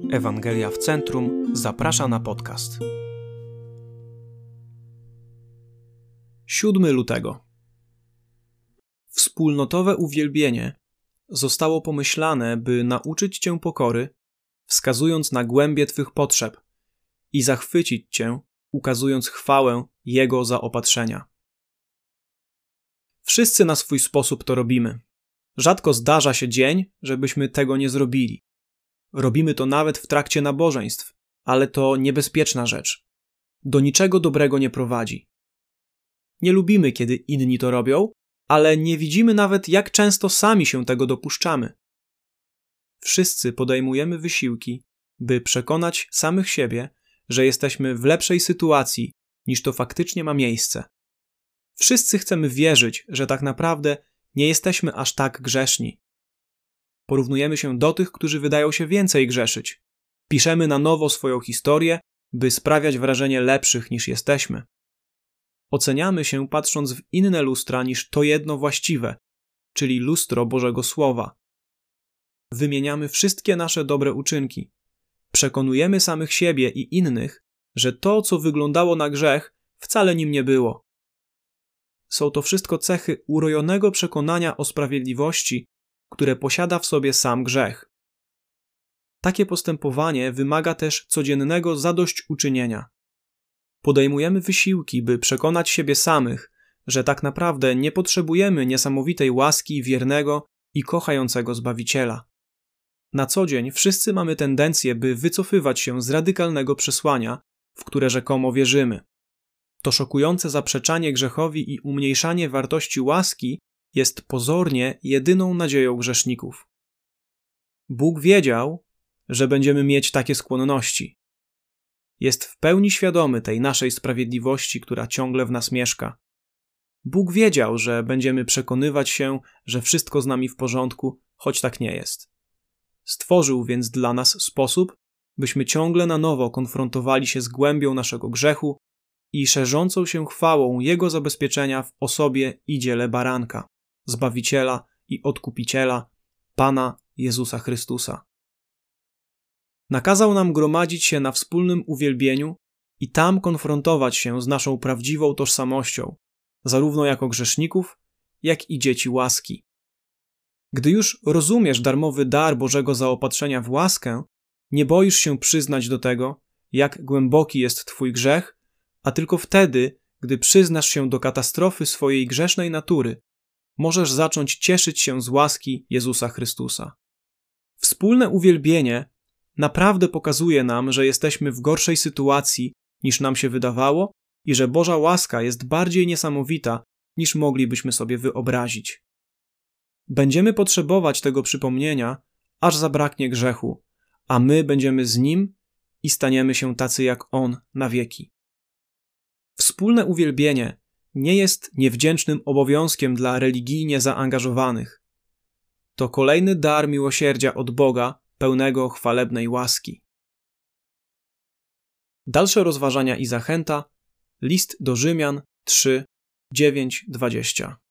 Ewangelia w Centrum zaprasza na podcast. 7 lutego. Wspólnotowe uwielbienie zostało pomyślane, by nauczyć Cię pokory, wskazując na głębię Twych potrzeb i zachwycić Cię, ukazując chwałę Jego zaopatrzenia. Wszyscy na swój sposób to robimy. Rzadko zdarza się dzień, żebyśmy tego nie zrobili. Robimy to nawet w trakcie nabożeństw, ale to niebezpieczna rzecz. Do niczego dobrego nie prowadzi. Nie lubimy, kiedy inni to robią, ale nie widzimy nawet, jak często sami się tego dopuszczamy. Wszyscy podejmujemy wysiłki, by przekonać samych siebie, że jesteśmy w lepszej sytuacji, niż to faktycznie ma miejsce. Wszyscy chcemy wierzyć, że tak naprawdę nie jesteśmy aż tak grzeszni. Porównujemy się do tych, którzy wydają się więcej grzeszyć. Piszemy na nowo swoją historię, by sprawiać wrażenie lepszych niż jesteśmy. Oceniamy się patrząc w inne lustra niż to jedno właściwe, czyli lustro Bożego Słowa. Wymieniamy wszystkie nasze dobre uczynki. Przekonujemy samych siebie i innych, że to, co wyglądało na grzech, wcale nim nie było. Są to wszystko cechy urojonego przekonania o sprawiedliwości, które posiada w sobie sam grzech. Takie postępowanie wymaga też codziennego zadośćuczynienia. Podejmujemy wysiłki, by przekonać siebie samych, że tak naprawdę nie potrzebujemy niesamowitej łaski wiernego i kochającego Zbawiciela. Na co dzień wszyscy mamy tendencję, by wycofywać się z radykalnego przesłania, w które rzekomo wierzymy. To szokujące zaprzeczanie grzechowi i umniejszanie wartości łaski jest pozornie jedyną nadzieją grzeszników. Bóg wiedział, że będziemy mieć takie skłonności. Jest w pełni świadomy tej naszej sprawiedliwości, która ciągle w nas mieszka. Bóg wiedział, że będziemy przekonywać się, że wszystko z nami w porządku, choć tak nie jest. Stworzył więc dla nas sposób, byśmy ciągle na nowo konfrontowali się z głębią naszego grzechu i szerzącą się chwałą Jego zabezpieczenia w osobie i dziele Baranka, Zbawiciela i Odkupiciela, Pana Jezusa Chrystusa. Nakazał nam gromadzić się na wspólnym uwielbieniu i tam konfrontować się z naszą prawdziwą tożsamością, zarówno jako grzeszników, jak i dzieci łaski. Gdy już rozumiesz darmowy dar Bożego zaopatrzenia w łaskę, nie boisz się przyznać do tego, jak głęboki jest Twój grzech, a tylko wtedy, gdy przyznasz się do katastrofy swojej grzesznej natury, możesz zacząć cieszyć się z łaski Jezusa Chrystusa. Wspólne uwielbienie naprawdę pokazuje nam, że jesteśmy w gorszej sytuacji, niż nam się wydawało i że Boża łaska jest bardziej niesamowita, niż moglibyśmy sobie wyobrazić. Będziemy potrzebować tego przypomnienia, aż zabraknie grzechu, a my będziemy z Nim i staniemy się tacy jak On na wieki. Wspólne uwielbienie nie jest niewdzięcznym obowiązkiem dla religijnie zaangażowanych. To kolejny dar miłosierdzia od Boga, pełnego chwalebnej łaski. Dalsze rozważania i zachęta. List do Rzymian 3, 9-20.